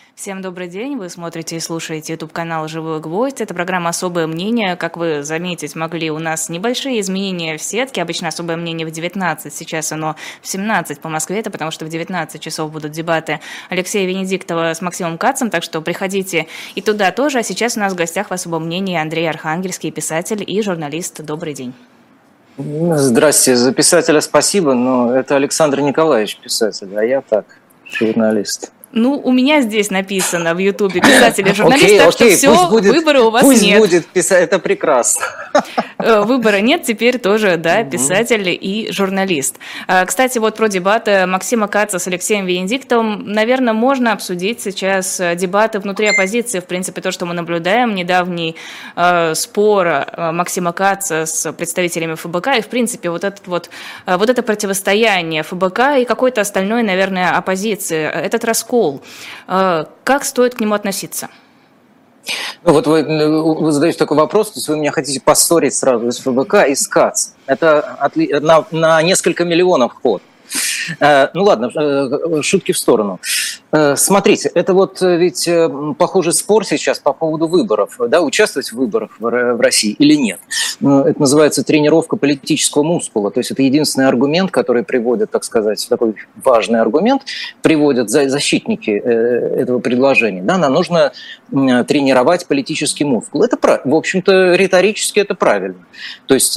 Всем добрый день. Вы смотрите и слушаете YouTube-канал «Живой гвоздь». Это программа «Особое мнение». Как вы заметить могли, у нас небольшие изменения в сетке. Обычно особое мнение в 19, сейчас оно в 17 по Москве. Это потому что в 19 часов будут дебаты Алексея Венедиктова с Максимом Кацем. Так что приходите и туда тоже. А сейчас у нас в гостях в «Особом мнении» Андрей Архангельский, писатель и журналист. Добрый день. Здрасте. За писателя спасибо, но это Александр Николаевич писатель, а я так, журналист. Ну, у меня здесь написано в Ютубе писатель и журналист, так что все, выбора у вас нет. Пусть будет писатель, это прекрасно. Выбора нет, теперь тоже, да, писатель и журналист. Кстати, вот про дебаты Максима Каца с Алексеем Венедиктовым, наверное, можно обсудить сейчас дебаты внутри оппозиции. В принципе, то, что мы наблюдаем, недавний спор Максима Каца с представителями ФБК, и, в принципе, вот это противостояние ФБК и какой-то остальной, наверное, оппозиции, этот раскол. Как стоит к нему относиться? Ну, вот вы задаете такой вопрос, то есть вы меня хотите поссорить сразу с ФБК и с КАЦ. Это на несколько миллионов ход. Ну ладно, шутки в сторону. Смотрите, это вот ведь похожий спор сейчас по поводу выборов, да, участвовать в выборах в России или нет. Это называется тренировка политического мускула, то есть это единственный аргумент, который приводят, так сказать, такой важный аргумент, приводят защитники этого предложения. Да, нам нужно тренировать политический мускул. Это, в общем-то, риторически это правильно. То есть,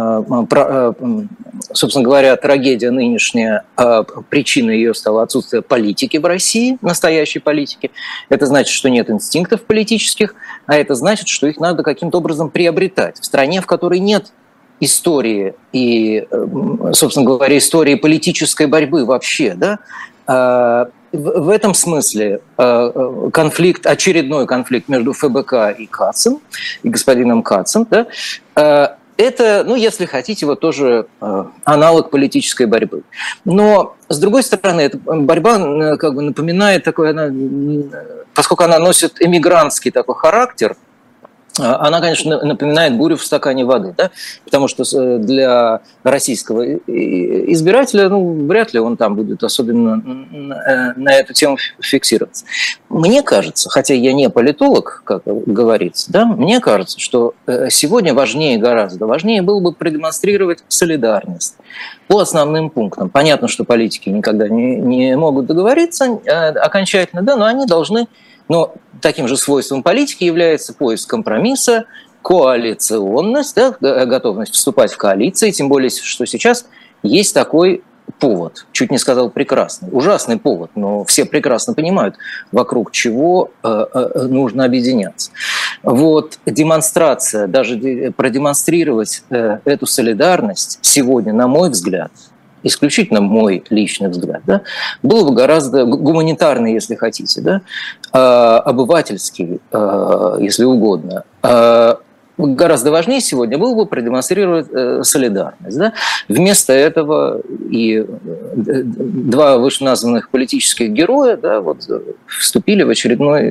собственно говоря, трагедия нынешняя, причиной ее стало отсутствие политики в России, настоящей политики. Это значит, что нет инстинктов политических, а это значит, что их надо каким-то образом приобретать. В стране, в которой нет истории и, собственно говоря, истории политической борьбы вообще, да, в этом смысле очередной конфликт между ФБК и Кацем, и господином Кацем, да, это, ну, если хотите, вот тоже аналог политической борьбы. Но, с другой стороны, эта борьба как бы напоминает такой, поскольку она носит эмигрантский такой характер, она, конечно, напоминает бурю в стакане воды, да? Потому что для российского избирателя, ну, вряд ли он там будет особенно на эту тему фиксироваться. Мне кажется, хотя я не политолог, как говорится, да, мне кажется, что сегодня гораздо важнее было бы продемонстрировать солидарность по основным пунктам. Понятно, что политики никогда не могут договориться окончательно, да, но они должны. Но таким же свойством политики является поиск компромисса, коалиционность, да, готовность вступать в коалиции, тем более, что сейчас есть такой повод, чуть не сказал прекрасный, ужасный повод, но все прекрасно понимают, вокруг чего нужно объединяться. Вот демонстрация, даже продемонстрировать эту солидарность сегодня, на мой взгляд, исключительно мой личный взгляд, да, было бы гораздо гуманитарный, если хотите, да, обывательский, если угодно. Гораздо важнее сегодня было бы продемонстрировать солидарность. Да? Вместо этого и два вышеназванных политических героя, да, вот, вступили в очередной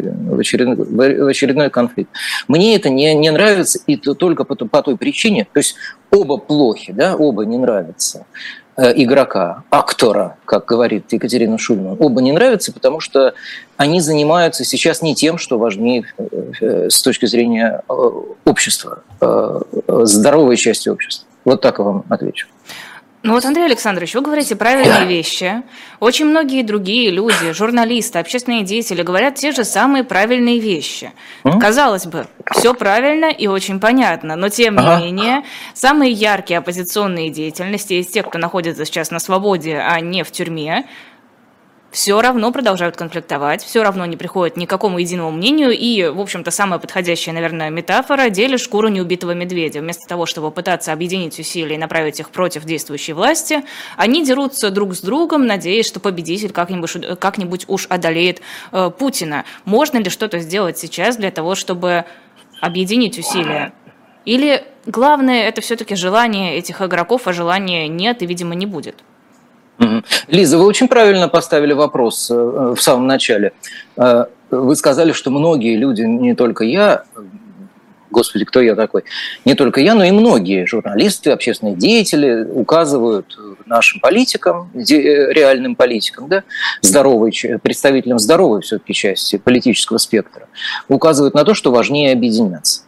конфликт. Мне это не нравится, и только по той причине, то есть оба плохи, да, оба не нравятся. Игрока, актора, как говорит Екатерина Шульман, оба не нравятся, потому что они занимаются сейчас не тем, что важнее с точки зрения общества, здоровой части общества. Вот так я вам отвечу. Ну вот, Андрей Александрович, вы говорите правильные вещи. Очень многие другие люди, журналисты, общественные деятели говорят те же самые правильные вещи. Казалось бы, все правильно и очень понятно, но тем не менее, самые яркие оппозиционные деятельности из тех, кто находится сейчас на свободе, а не в тюрьме, все равно продолжают конфликтовать, все равно не приходят ни к какому единому мнению, и, в общем-то, самая подходящая, наверное, метафора – делишь шкуру неубитого медведя. Вместо того, чтобы пытаться объединить усилия и направить их против действующей власти, они дерутся друг с другом, надеясь, что победитель как-нибудь уж одолеет Путина. Можно ли что-то сделать сейчас для того, чтобы объединить усилия? Или главное – это все-таки желание этих игроков, а желания нет и, видимо, не будет? Лиза, вы очень правильно поставили вопрос в самом начале. Вы сказали, что многие люди, не только я, господи, кто я такой? Не только я, но и многие журналисты, общественные деятели указывают нашим политикам, реальным политикам, да, представителям здоровой все-таки части политического спектра, указывают на то, что важнее объединяться.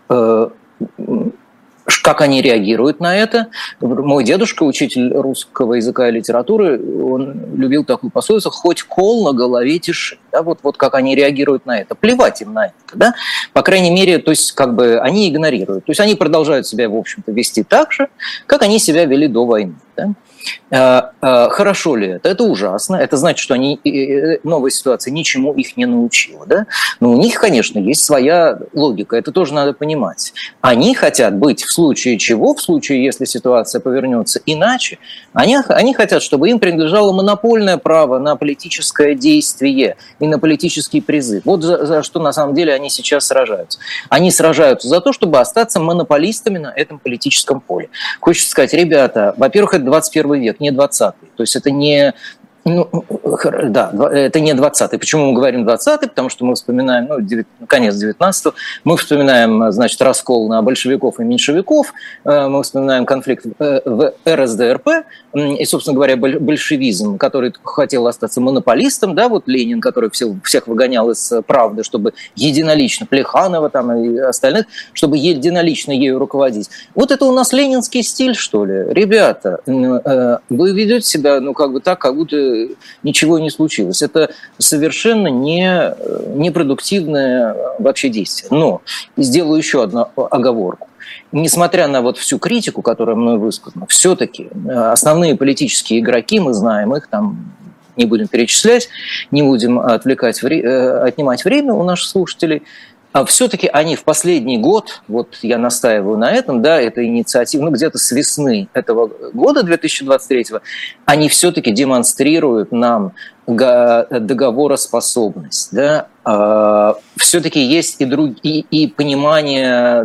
Как они реагируют на это? Мой дедушка, учитель русского языка и литературы, он любил такую пословицу: «Хоть кол на голове тиши». Да, вот как они реагируют на это. Плевать им на это. Да? По крайней мере, то есть как бы они игнорируют. То есть они продолжают себя, в общем-то, вести так же, как они себя вели до войны. Да? Хорошо ли это? Это ужасно. Это значит, что новая ситуация ничему их не научила. Да? Но у них, конечно, есть своя логика. Это тоже надо понимать. Они хотят быть в случае чего, в случае, если ситуация повернется иначе, они хотят, чтобы им принадлежало монопольное право на политическое действие и на политический призыв. Вот за что на самом деле они сейчас сражаются. Они сражаются за то, чтобы остаться монополистами на этом политическом поле. Хочется сказать, ребята, во-первых, это 21 век, не 20-й. То есть это не... это не 20-й. Почему мы говорим 20-й? Потому что мы вспоминаем конец 19-го, мы вспоминаем, значит, раскол на большевиков и меньшевиков, мы вспоминаем конфликт в РСДРП, и, собственно говоря, большевизм, который хотел остаться монополистом, да, вот Ленин, который всех выгонял из правды, чтобы единолично, Плеханова там и остальных, чтобы единолично ею руководить. Вот это у нас ленинский стиль, что ли? Ребята, вы ведете себя, так, как будто ничего не случилось. Это совершенно непродуктивное вообще действие. Но сделаю еще одну оговорку. Несмотря на вот всю критику, которая мной высказана, все-таки основные политические игроки, мы знаем их, там не будем перечислять, не будем отнимать время у наших слушателей, а все-таки они в последний год, вот я настаиваю на этом, да, эта инициатива, где-то с весны этого года, 2023, они все-таки демонстрируют нам договороспособность, да, все-таки есть и понимание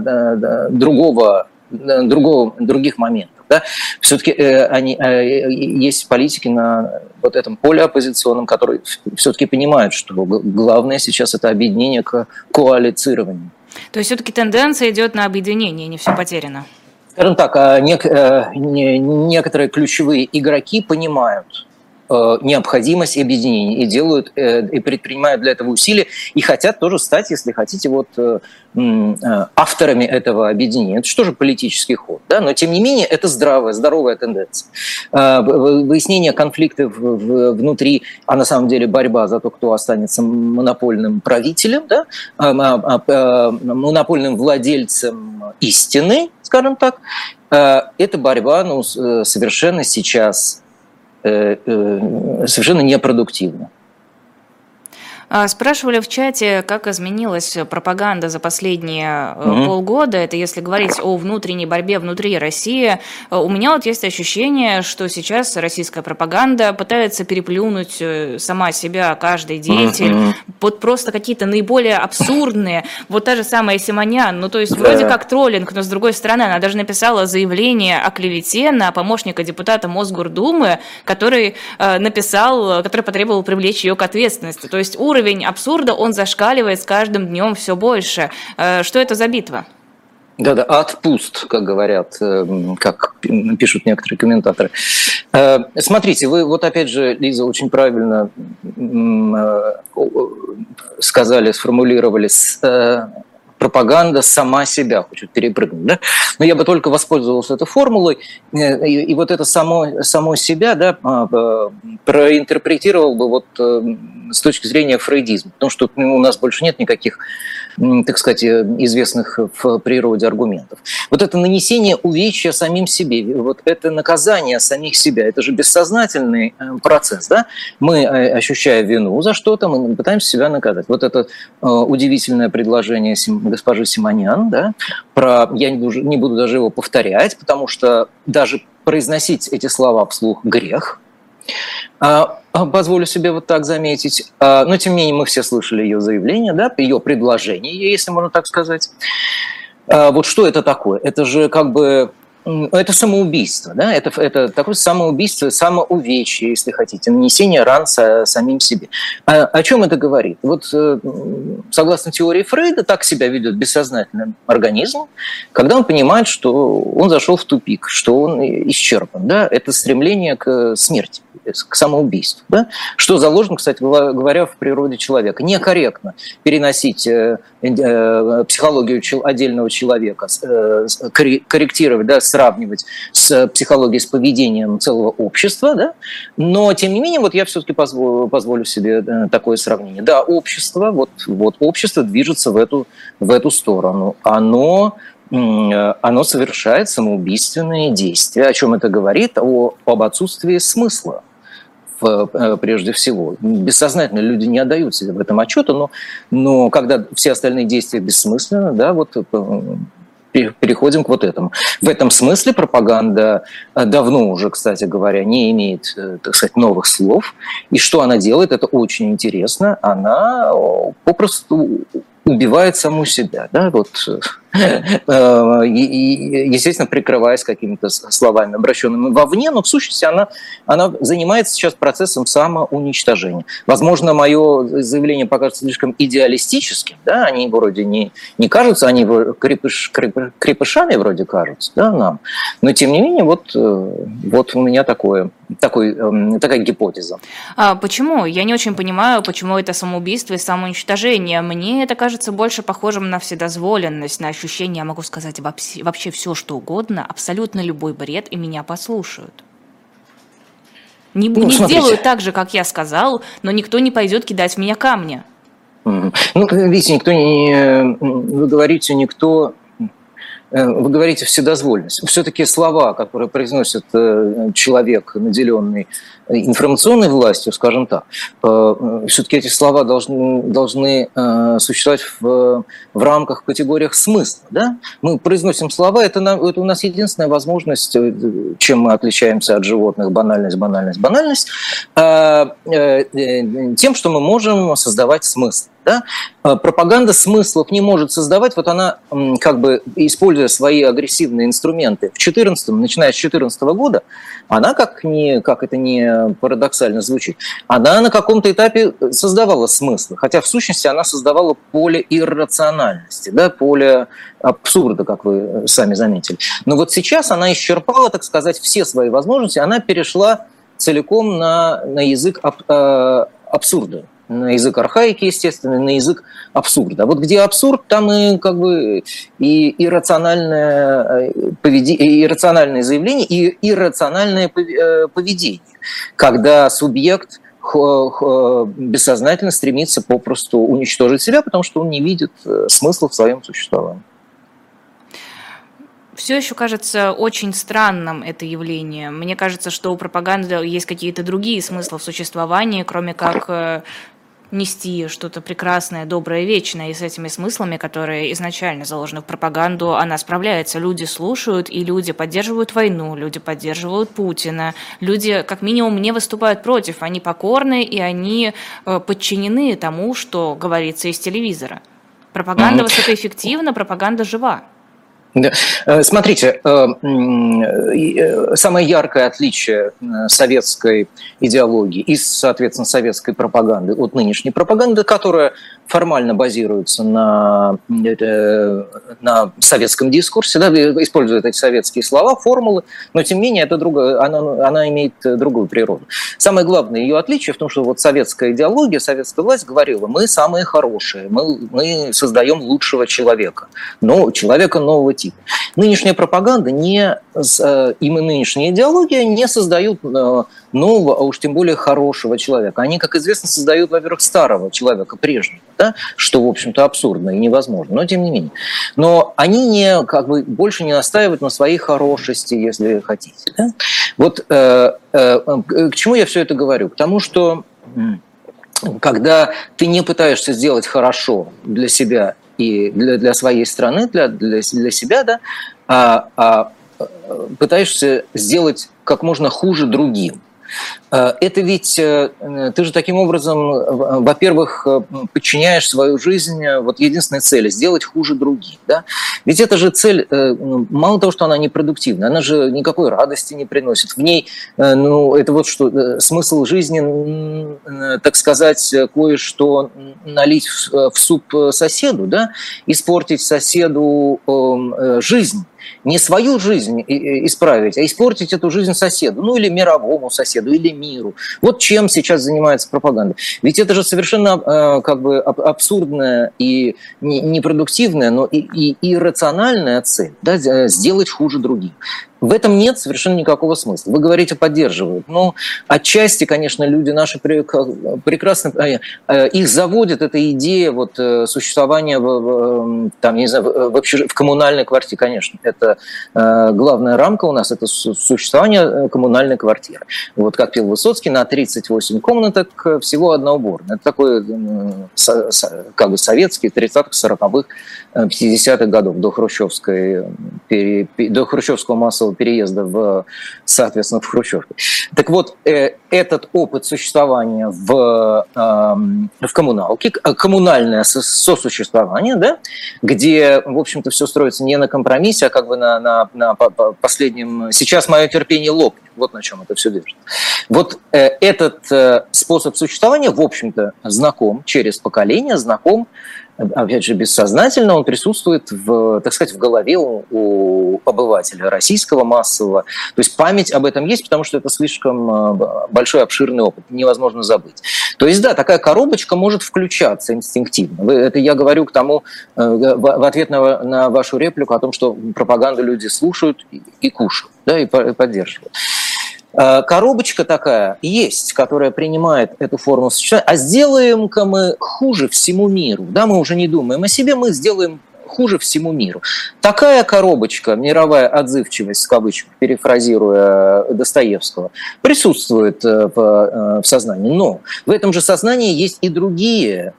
других моментов. Да? Все-таки есть политики на вот этом поле оппозиционном, которые все-таки понимают, что главное сейчас это объединение к коалицированию. То есть все-таки тенденция идет на объединение, не все потеряно? Скажем так, некоторые ключевые игроки понимают необходимость объединения и делают и предпринимают для этого усилия и хотят тоже стать, если хотите, авторами этого объединения. Это же тоже политический ход, да? Но тем не менее это здоровая тенденция. Выяснение конфликтов внутри, а на самом деле борьба за то, кто останется монопольным правителем, да? Монопольным владельцем истины, скажем так, эта борьба совершенно сейчас совершенно непродуктивно. Спрашивали в чате, как изменилась пропаганда за последние полгода. Это если говорить о внутренней борьбе внутри России. У меня вот есть ощущение, что сейчас российская пропаганда пытается переплюнуть сама себя, каждый деятель, под просто какие-то наиболее абсурдные. Вот та же самая Симонян, то есть вроде как троллинг, но с другой стороны она даже написала заявление о клевете на помощника депутата Мосгордумы, который потребовал привлечь ее к ответственности. То есть уровень абсурда, он зашкаливает с каждым днем все больше. Что это за битва? Да, отпуст, как говорят, как пишут некоторые комментаторы. Смотрите, вы вот опять же, Лиза, очень правильно сформулировали, пропаганда сама себя хочет перепрыгнуть, да? Но я бы только воспользовался этой формулой, и вот это само себя, да, проинтерпретировал бы с точки зрения фрейдизма, потому что у нас больше нет никаких, так сказать, известных в природе аргументов. Вот это нанесение увечья самим себе, вот это наказание самих себя, это же бессознательный процесс, да? Мы, ощущая вину за что-то, мы пытаемся себя наказать. Вот это удивительное предложение госпожи Симонян, да, я не буду даже его повторять, потому что даже произносить эти слова вслух грех. Позволю себе вот так заметить. Но, тем не менее, мы все слышали ее заявление, да, ее предложение, если можно так сказать. Вот что это такое? Это же как бы это самоубийство, да? Это такое самоубийство, самоувечье, если хотите, нанесение ран самим себе. О чем это говорит? Вот согласно теории Фрейда, так себя ведет бессознательный организм, когда он понимает, что он зашел в тупик, что он исчерпан. Да? Это стремление к смерти, к самоубийству. Да? Что заложено, кстати говоря, в природе человека. Некорректно переносить психологию отдельного человека, корректировать, да, сравнивать с психологией, с поведением целого общества, да? Но, тем не менее, вот я все-таки позволю себе такое сравнение. Да, общество, вот общество движется в эту сторону. Оно совершает самоубийственные действия. О чем это говорит? Об отсутствии смысла. Прежде всего. Бессознательно люди не отдают себе в этом отчета, но когда все остальные действия бессмысленны, да, вот переходим к вот этому. В этом смысле пропаганда давно уже, кстати говоря, не имеет, так сказать, новых слов. И что она делает, это очень интересно. Она попросту убивает саму себя, да, вот, естественно, прикрываясь какими-то словами, обращенными вовне, но в сущности она занимается сейчас процессом самоуничтожения. Возможно, мое заявление покажется слишком идеалистическим, да, они вроде не кажутся, они крепышами вроде кажутся, да, нам, но тем не менее, вот у меня такая гипотеза. Почему? Я не очень понимаю, почему это самоубийство и самоуничтожение. Мне это кажется больше похожим на вседозволенность, на ощущение, я могу сказать вообще все, что угодно, абсолютно любой бред, и меня послушают. Не сделают так же, как я сказал, но никто не пойдет кидать в меня камни. Ну, видите, вы говорите вседозволенность. Все-таки слова, которые произносит человек, наделенный информационной властью, скажем так, все-таки эти слова должны существовать в рамках, категориях смысла. Да? Мы произносим слова, это у нас единственная возможность, чем мы отличаемся от животных, банальность, тем, что мы можем создавать смысл. Да? Пропаганда смыслов не может создавать, вот она, как бы используя свои агрессивные инструменты, начиная с 2014 года, она, как это не парадоксально звучит, она на каком-то этапе создавала смыслы, хотя в сущности она создавала поле иррациональности, да, поле абсурда, как вы сами заметили. Но вот сейчас она исчерпала, так сказать, все свои возможности, она перешла целиком на язык абсурда. На язык архаики, естественно, на язык абсурда. А вот где абсурд, там и иррациональное заявление, и иррациональное поведение, когда субъект бессознательно стремится попросту уничтожить себя, потому что он не видит смысла в своем существовании. Все еще кажется очень странным это явление. Мне кажется, что у пропаганды есть какие-то другие смыслы в существовании, кроме как нести что-то прекрасное, доброе, вечное. И с этими смыслами, которые изначально заложены в пропаганду, она справляется. Люди слушают, и люди поддерживают войну, люди поддерживают Путина. Люди, как минимум, не выступают против. Они покорны, и они подчинены тому, что говорится из телевизора. Пропаганда высокоэффективна, пропаганда жива. Да. Смотрите, самое яркое отличие советской идеологии и, соответственно, советской пропаганды от нынешней пропаганды, которая формально базируется на советском дискурсе, да, использует эти советские слова, формулы, но, тем не менее, она имеет другую природу. Самое главное ее отличие в том, что вот советская идеология, советская власть говорила: мы самые хорошие, мы создаем лучшего человека, но человека нового типа. Нынешняя пропаганда и нынешняя идеология не создают нового, а уж тем более хорошего человека. Они, как известно, создают, во-первых, старого человека, прежнего, да? Что, в общем-то, абсурдно и невозможно, но тем не менее. Но они больше не настаивают на своей хорошести, если хотите. Да? Вот к чему я все это говорю? К тому, что когда ты не пытаешься сделать хорошо для себя и для своей страны, для себя, да, пытаешься сделать как можно хуже другим. Это ведь ты же таким образом, во-первых, подчиняешь свою жизнь вот единственной цели – сделать хуже других. Да? Ведь эта же цель, мало того, что она непродуктивна, она же никакой радости не приносит. В ней, это вот что, смысл жизни, так сказать, кое-что налить в суп соседу, да? Испортить соседу жизнь. Не свою жизнь исправить, а испортить эту жизнь соседу, или мировому соседу, или миру. Вот чем сейчас занимается пропаганда. Ведь это же совершенно абсурдная и непродуктивная, но и иррациональная цель, да, сделать хуже другим. В этом нет совершенно никакого смысла. Вы говорите, поддерживают. Отчасти, конечно, люди наши прекрасно... Их заводит эта идея существования в коммунальной квартире. Конечно, это главная рамка у нас, это существование коммунальной квартиры. Вот как пел Высоцкий, на 38 комнаток всего одна уборная. Это такой советский 30-х, 40-х, 50-х годов до хрущевского массового переезда соответственно, в хрущевку. Так вот, этот опыт существования в коммуналке, коммунальное сосуществование, да, где, в общем-то, все строится не на компромиссе, а на последнем... Сейчас мое терпение лопнет. Вот на чем это все держится. Вот этот способ существования, в общем-то, знаком через поколение, знаком, опять же, бессознательно, он присутствует в голове у обывателя российского массового. То есть память об этом есть, потому что это слишком большой, обширный опыт, невозможно забыть. То есть, да, такая коробочка может включаться инстинктивно. Это я говорю к тому, в ответ на вашу реплику о том, что пропаганду люди слушают и кушают, да, и поддерживают. Коробочка такая есть, которая принимает эту форму сочетания. А сделаем-ка мы хуже всему миру. Да, мы уже не думаем о себе, мы сделаем хуже всему миру. Такая коробочка, мировая отзывчивость, в кавычках, перефразируя Достоевского, присутствует в сознании. Но в этом же сознании есть и другие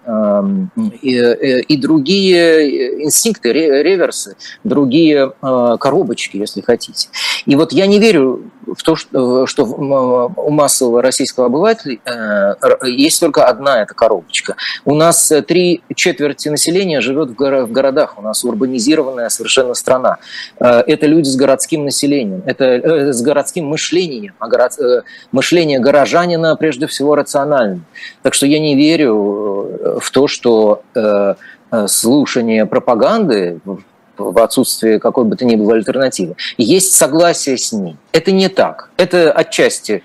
инстинкты, реверсы, другие коробочки, если хотите. И вот я не верю в то, что у массового российского обывателя есть только одна эта коробочка. У нас 3/4 населения живет в городах. У нас урбанизированная совершенно страна. Это люди с городским населением, это с городским мышлением. Мышление горожанина прежде всего рационально. Так что я не верю в то, что слушание пропаганды в отсутствии какой бы то ни было альтернативы, есть согласие с ней. Это не так. Это отчасти.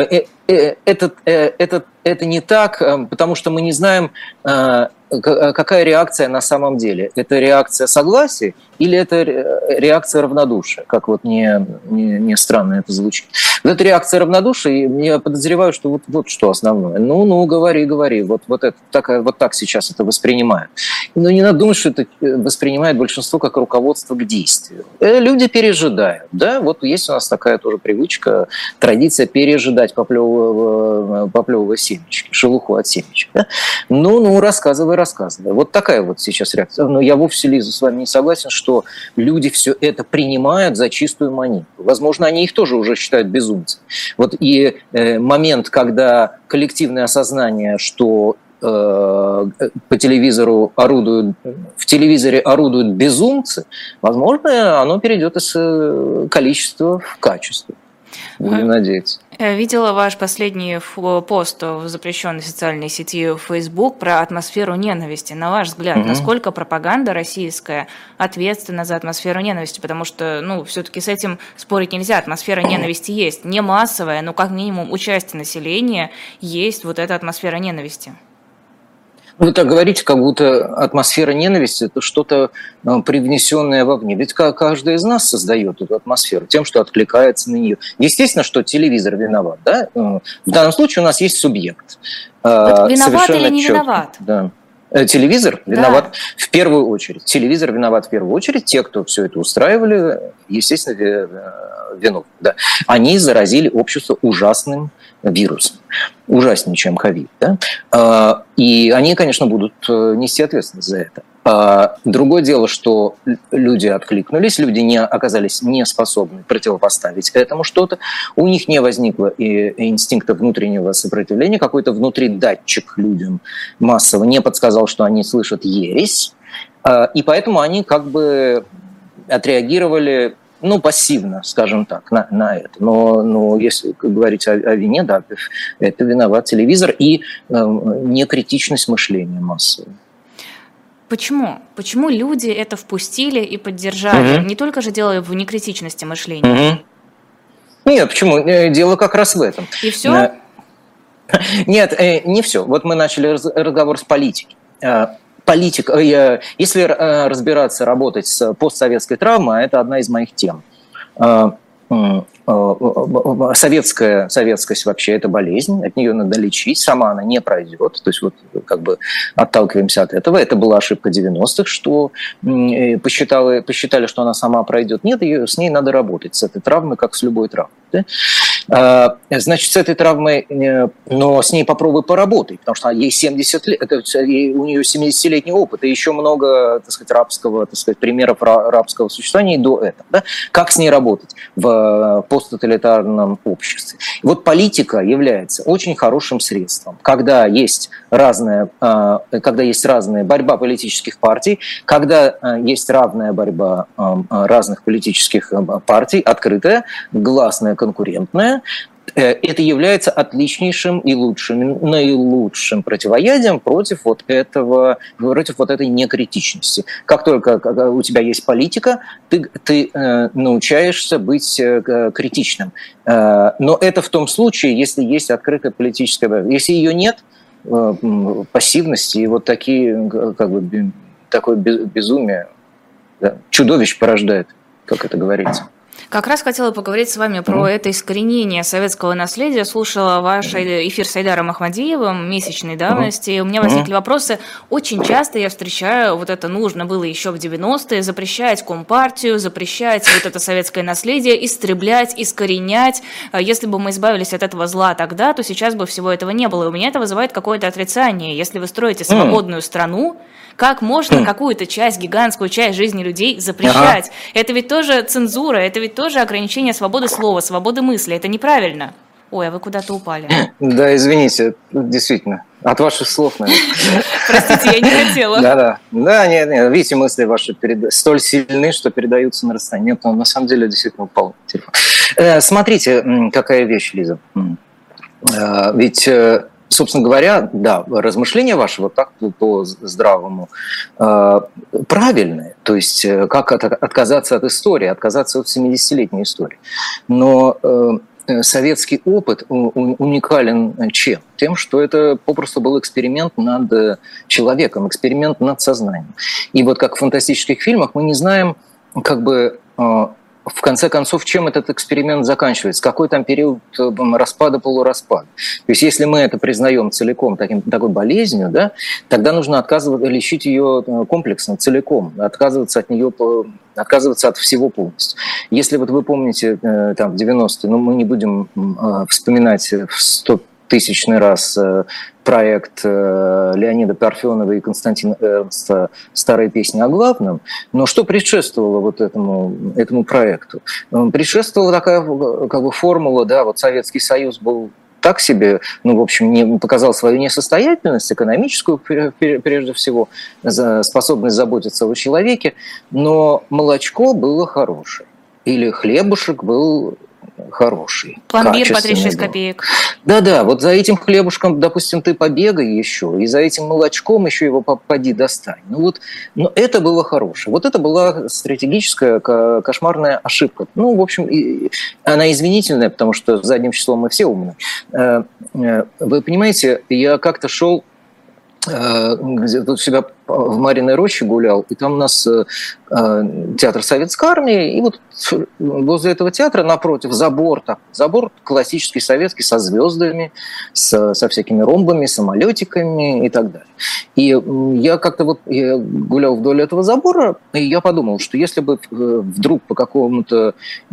Это не так, потому что мы не знаем, какая реакция на самом деле. Это реакция согласия или это реакция равнодушия, как не странно это звучит. Вот эта реакция равнодушия, я подозреваю, что вот что основное. Говори. Вот так сейчас это воспринимают. Но не надо думать, что это воспринимает большинство как руководство к действию. Люди пережидают. Да? Вот есть у нас такая тоже привычка, традиция пережидать, поплевывая семечки, шелуху от семечек. Да? Рассказывай. Вот такая вот сейчас реакция. Но я вовсе, Лиза, с вами не согласен, что люди все это принимают за чистую монету. Возможно, они их тоже уже считают безумцами. Вот и момент, когда коллективное осознание, что в телевизоре орудуют безумцы, возможно, оно перейдет из количества в качество. Будем надеяться. Видела ваш последний пост в запрещенной социальной сети Facebook про атмосферу ненависти. На ваш взгляд, насколько пропаганда российская ответственна за атмосферу ненависти? Потому что, все-таки с этим спорить нельзя. Атмосфера ненависти есть. Не массовая, но как минимум у части населения есть вот эта атмосфера ненависти. Вы так говорите, как будто атмосфера ненависти – это что-то привнесенное вовне. Ведь каждый из нас создает эту атмосферу тем, что откликается на нее. Естественно, что телевизор виноват. Да? В данном случае у нас есть субъект. Вот виноват или не виноват? Да. Телевизор виноват в первую очередь. Телевизор виноват в первую очередь. Те, кто все это устраивали, естественно, виновны, да, они заразили общество ужасным вирусом, ужаснее, чем ковид. Да? И они, конечно, будут нести ответственность за это. Другое дело, что люди откликнулись, люди оказались не способны противопоставить этому что-то, у них не возникло и инстинкта внутреннего сопротивления, какой-то внутри датчик людям массово не подсказал, что они слышат ересь, и поэтому они как бы отреагировали пассивно, скажем так, на это. Но если говорить о вине, да, это виноват телевизор и некритичность мышления массового. Почему? Почему люди это впустили и поддержали? Не только же дело в некритичности мышления. Нет, почему? Дело как раз в этом. И все? Нет, не все. Вот мы начали разговор с политики. Политика, если разбираться, работать с постсоветской травмой, это одна из моих тем. Советскость вообще это болезнь, от нее надо лечить, сама она не пройдет, то есть вот как бы отталкиваемся от этого. Это была ошибка 90-х, что посчитали, что она сама пройдет. Нет, с ней надо работать, с этой травмой, как с любой травмой. Да? Значит, с этой травмой, но с ней попробуй поработать, потому что ей 70 лет, у нее 70-летний опыт, и еще много, так сказать, примеров рабского существования до этого. Да? Как с ней работать в посттоталитарном обществе? И вот политика является очень хорошим средством, когда есть разная борьба политических партий, когда есть равная борьба разных политических партий, открытая, гласная, конкурентная. Это является отличнейшим и наилучшим противоядием против этой некритичности. Как только у тебя есть политика, ты научаешься быть критичным. Но это в том случае, если есть открытая политическая борьба. Если ее нет, пассивности и вот такие, как бы, такое безумие, да, чудовищ порождает, как это говорится. Как раз хотела поговорить с вами про это искоренение советского наследия. Слушала ваш эфир с Айдаром Ахмадиевым месячной давности, и у меня возникли вопросы. Очень часто я встречаю, вот это нужно было еще в 90-е, запрещать Компартию, запрещать вот это советское наследие, истреблять, искоренять. Если бы мы избавились от этого зла тогда, то сейчас бы всего этого не было. И у меня это вызывает какое-то отрицание. Если вы строите свободную страну, как можно какую-то часть, гигантскую часть жизни людей запрещать? Это ведь тоже цензура, это ведь тоже ограничение свободы слова, свободы мысли. Это неправильно. Ой, а вы куда-то упали. Да, извините, действительно. От ваших слов, наверное. Простите, я не хотела. Да, нет, видите, мысли ваши столь сильны, что передаются на расстоянии. Нет, на самом деле действительно упал телефон. Смотрите, какая вещь, Лиза. Ведь... Собственно говоря, да, размышления ваши вот так по здравому правильные, то есть как отказаться от истории, отказаться от 70-летней истории. Но советский опыт уникален чем? Тем, что это попросту был эксперимент над человеком, эксперимент над сознанием. И вот как в фантастических фильмах мы не знаем, как бы... В конце концов, чем этот эксперимент заканчивается? Какой там период распада, полураспада? То есть, если мы это признаем целиком такой болезнью, да, тогда нужно лечить ее комплексно, целиком, отказываться от нее, отказываться от всего полностью. Если вот вы помните, там, в 90-е, мы не будем вспоминать в 100-тысячный раз проект Леонида Парфенова и Константина Эрнста «Старые песни о главном». Но что предшествовало вот этому проекту? Предшествовала такая как бы формула, да, вот Советский Союз был так себе, в общем, не показал свою несостоятельность, экономическую прежде всего, способность заботиться о человеке, но молочко было хорошее, или хлебушек был хороший. Пломбир по 36 копеек. Да, вот за этим хлебушком, допустим, ты побегай еще, и за этим молочком еще его поди достань. Но это было хорошее. Вот это была стратегическая кошмарная ошибка. В общем, она извинительная, потому что задним числом мы все умны. Вы понимаете, я как-то шел, тут себя в Мариной роще гулял, и там у нас театр Советской Армии, и вот возле этого театра напротив забор классический советский со звездами, со всякими ромбами, самолетиками и так далее. И я как-то я гулял вдоль этого забора, и я подумал, что если бы вдруг по какому-то,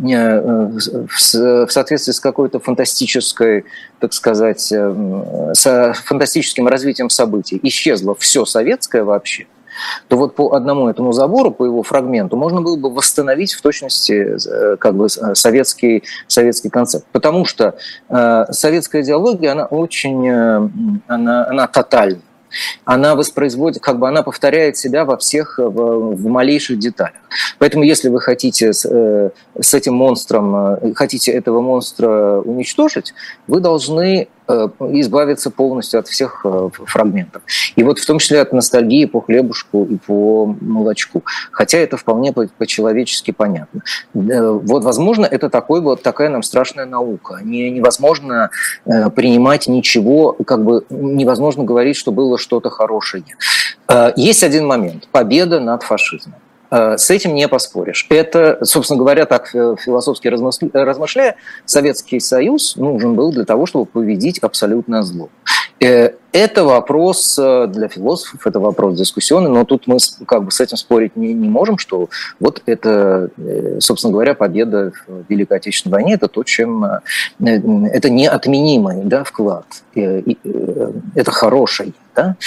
в соответствии с какой-то фантастической, так сказать, с фантастическим развитием событий исчезло все советское вообще, то вот по одному этому забору, по его фрагменту, можно было бы восстановить в точности как бы советский концепт. Потому что советская идеология, она очень, она тотальна. Она воспроизводит, как бы она повторяет себя во всех, в малейших деталях. Поэтому, если вы хотите с этим монстром, хотите этого монстра уничтожить, вы должны избавиться полностью от всех фрагментов. И вот в том числе от ностальгии по хлебушку и по молочку. Хотя это вполне по-человечески понятно. Вот, возможно, это такая нам страшная наука. Невозможно принимать ничего, как бы невозможно говорить, что было что-то хорошее. Есть один момент. Победа над фашизмом. С этим не поспоришь. Это, собственно говоря, так философски размышляя, Советский Союз нужен был для того, чтобы победить абсолютное зло. Это вопрос для философов, это вопрос дискуссионный, но тут мы как бы с этим спорить не можем, что вот это, собственно говоря, победа в Великой Отечественной войне, это то, чем это неотменимый, да, вклад, это хороший, да.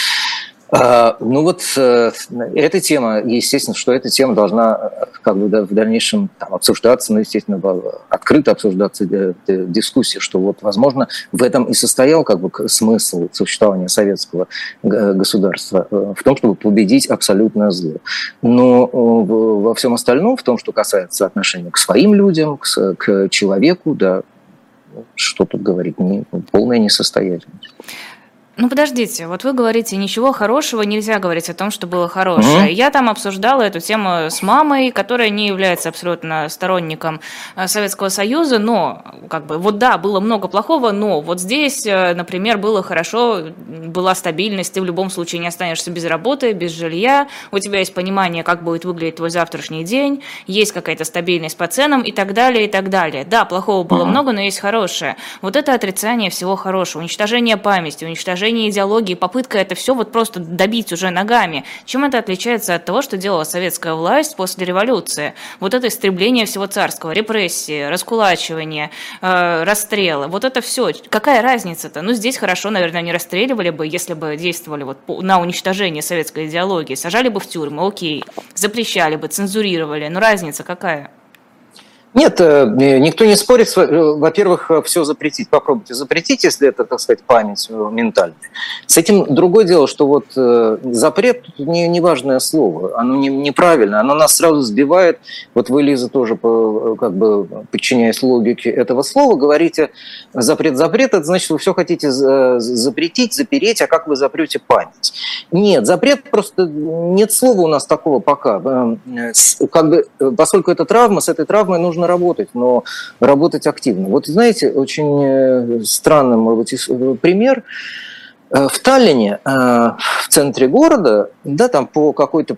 Ну вот эта тема, естественно, что эта тема должна как бы в дальнейшем там обсуждаться, ну, естественно, открыто обсуждаться дискуссии, что вот, возможно, в этом и состоял как бы смысл существования советского государства, в том, чтобы победить абсолютное зло. Но во всем остальном, в том, что касается отношения к своим людям, к человеку, да, что тут говорить, полная несостоятельность. Ну, подождите, вот вы говорите, ничего хорошего нельзя говорить о том, что было хорошее. Я там обсуждала эту тему с мамой, которая не является абсолютно сторонником Советского Союза, но, как бы, вот да, было много плохого, но вот здесь, например, было хорошо, была стабильность, ты в любом случае не останешься без работы, без жилья, у тебя есть понимание, как будет выглядеть твой завтрашний день, есть какая-то стабильность по ценам и так далее, и так далее. Да, плохого было много, но есть хорошее. Вот это отрицание всего хорошего, уничтожение памяти, уничтожение идеологии, попытка это все вот просто добить уже ногами. Чем это отличается от того, что делала советская власть после революции? Вот это истребление всего царского, репрессии, раскулачивание, расстрелы, вот это все. Какая разница-то? Ну, здесь хорошо, наверное, не расстреливали бы, если бы действовали вот на уничтожение советской идеологии. Сажали бы в тюрьмы, окей. Запрещали бы, цензурировали. Но разница какая? Нет, никто не спорит. Во-первых, все запретить. Попробуйте запретить, если это, так сказать, память ментальная. С этим другое дело, что вот запрет – не важное слово. Оно неправильно. Оно нас сразу сбивает. Вот вы, Лиза, тоже, как бы, подчиняясь логике этого слова, говорите запрет. Это значит, вы все хотите запретить, запереть, а как вы запрете память? Нет, запрет просто… Нет слова у нас такого пока. Как бы, поскольку это травма, с этой травмой нужно работать, но работать активно. Вот знаете, очень странный, может быть, пример. В Таллине, в центре города, да, там по какой-то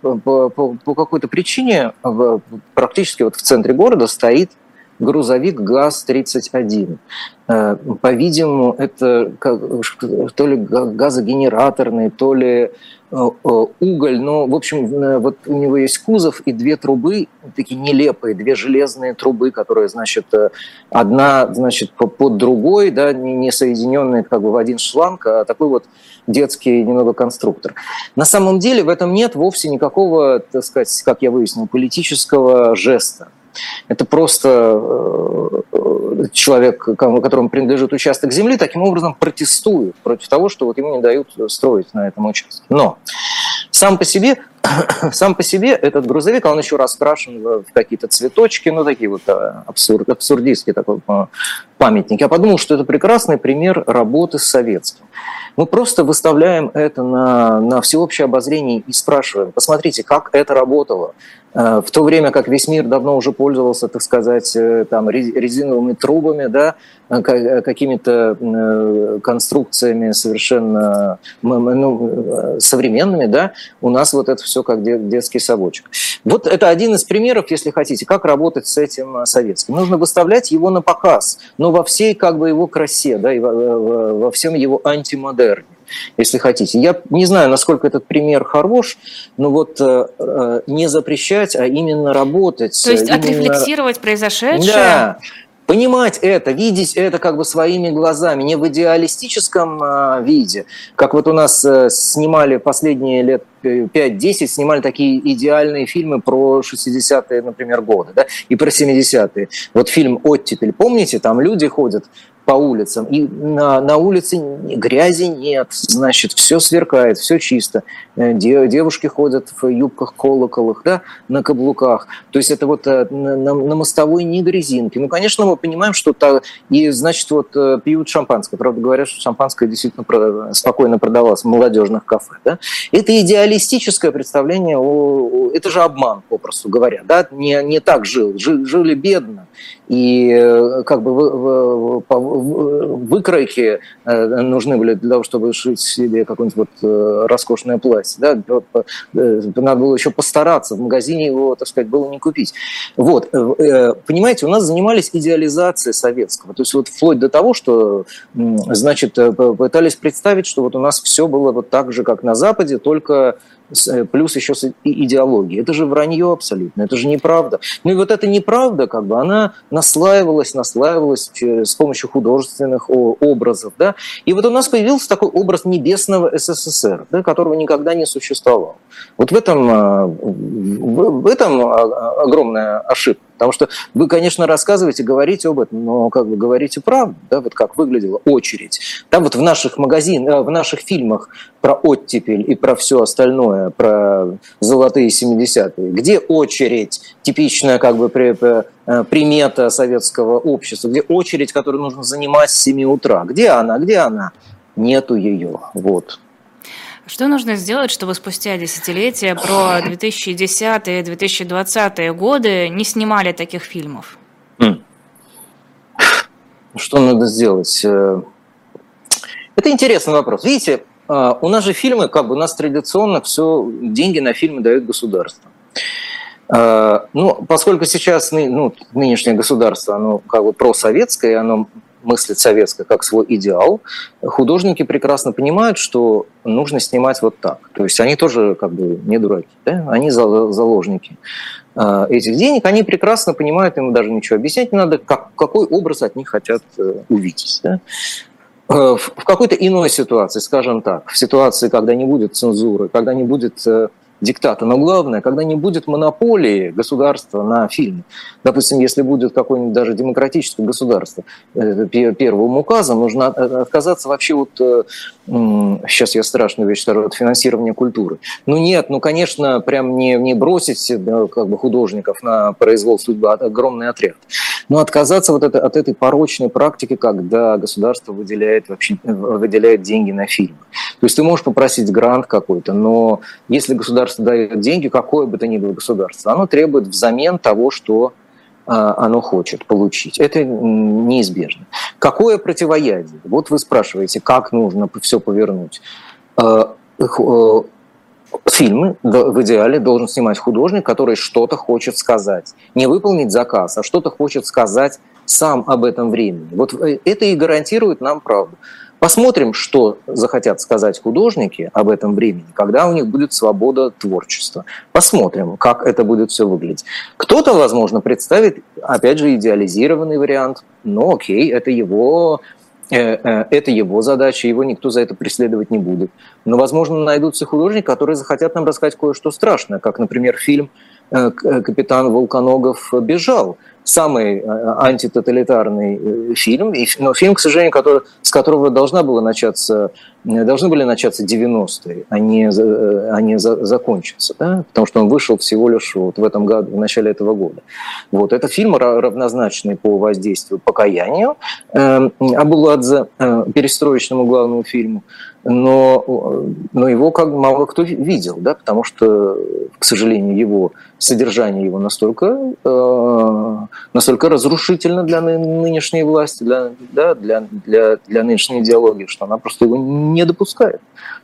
причине практически вот в центре города стоит грузовик ГАЗ-31. По-видимому, это то ли газогенераторный, то ли уголь, но, в общем, вот у него есть кузов и две трубы, такие нелепые, две железные трубы, которые, значит, одна, значит, под другой, да, не соединенные как бы в один шланг, а такой вот детский немного конструктор. На самом деле в этом нет вовсе никакого, так сказать, как я выяснил, политического жеста. Это просто человек, которому принадлежит участок земли, таким образом протестует против того, что вот ему не дают строить на этом участке. Но сам по себе этот грузовик, он еще раскрашен в какие-то цветочки, ну такие вот абсурдистские такой памятники. Я подумал, что это прекрасный пример работы с советским. Мы просто выставляем это на всеобщее обозрение и спрашиваем, посмотрите, как это работало. В то время как весь мир давно уже пользовался, так сказать, там, резиновыми трубами, да, какими-то конструкциями совершенно современными, да, у нас вот это все как детский совочек. Вот это один из примеров, если хотите, как работать с этим советским. Нужно выставлять его на показ, но во всей как бы его красе, да, и во всем его антимодерне, если хотите. Я не знаю, насколько этот пример хорош, но вот не запрещать, а именно работать. То есть отрефлексировать произошедшее? Да. Понимать это, видеть это как бы своими глазами, не в идеалистическом виде, как вот у нас снимали последние лет 5-10, снимали такие идеальные фильмы про 60-е, например, годы, да, и про 70-е. Вот фильм «Оттепель», помните, там люди ходят по улицам, и на улице грязи нет, значит, все сверкает, все чисто. Девушки ходят в юбках-колоколах, да, на каблуках. То есть это вот на мостовой ни грязинки. Ну, конечно, мы понимаем, что и, значит, вот пьют шампанское. Правда, говорят, что шампанское действительно спокойно продавалось в молодежных кафе, да. Это идеалистическое представление, это же обман, попросту говоря, да, не так жили бедно. И как бы выкройки нужны были для того, чтобы шить себе какое-нибудь вот роскошное платье. Да? Надо было еще постараться, в магазине его, так сказать, было не купить. Вот. Понимаете, у нас занимались идеализацией советского. То есть вот вплоть до того, что, значит, пытались представить, что вот у нас все было вот так же, как на Западе, только плюс еще с идеологией. Это же вранье абсолютно, это же неправда. Ну и вот эта неправда, как бы, она наслаивалась с помощью художественных образов. Да? И вот у нас появился такой образ небесного СССР, да, которого никогда не существовало. Вот в этом огромная ошибка. Потому что вы, конечно, рассказываете, говорите об этом, но как бы говорите правду, да, вот как выглядела очередь. Там вот в наших в наших фильмах про оттепель и про все остальное, про золотые 70-е, где очередь, типичная как бы примета советского общества, где очередь, которую нужно занимать с 7 утра. Где она? Где она? Нету ее. Вот. Что нужно сделать, чтобы спустя десятилетия про 2010-2020 годы не снимали таких фильмов? Что надо сделать? Это интересный вопрос. Видите, у нас же фильмы, как бы у нас традиционно все, деньги на фильмы дает государство. Ну, поскольку сейчас нынешнее государство, оно как бы просоветское, оно мыслит советское как свой идеал, художники прекрасно понимают, что нужно снимать вот так. То есть они тоже как бы не дураки, да? Они заложники этих денег, они прекрасно понимают, им даже ничего объяснять не надо, какой образ от них хотят увидеть. Да? В какой-то иной ситуации, скажем так, в ситуации, когда не будет цензуры, когда не будет диктата, но главное, когда не будет монополии государства на фильмы. Допустим, если будет какое-нибудь даже демократическое государство, первым указом нужно отказаться вообще от, сейчас я страшную вещь скажу, от финансирования культуры. Ну нет, конечно, прям не бросить как бы художников на произвол судьбы, а огромный отряд. Но отказаться вот от этой порочной практики, когда государство выделяет деньги на фильмы. То есть ты можешь попросить грант какой-то, но если государство дает деньги, какое бы то ни было государство, оно требует взамен того, что оно хочет получить. Это неизбежно. Какое противоядие? Вот вы спрашиваете, как нужно все повернуть. Фильмы в идеале должен снимать художник, который что-то хочет сказать. Не выполнить заказ, а что-то хочет сказать сам об этом времени. Вот это и гарантирует нам правду. Посмотрим, что захотят сказать художники об этом времени, когда у них будет свобода творчества. Посмотрим, как это будет все выглядеть. Кто-то, возможно, представит, опять же, идеализированный вариант. Но окей, это его задача, его никто за это преследовать не будет. Но, возможно, найдутся художники, которые захотят нам рассказать кое-что страшное, как, например, фильм «Капитан Волконогов бежал», самый антитоталитарный фильм, но фильм, к сожалению, с которого должны были начаться 90-е, а не закончиться, да? Потому что он вышел всего лишь вот в этом году, в начале этого года. Вот. Это фильм, равнозначный по воздействию «Покаянию» Абуладзе, перестроечному главному фильму, но его как бы мало кто видел, да? Потому что, к сожалению, содержание его настолько разрушительно для нынешней власти, для нынешней идеологии, что она просто его не допускает.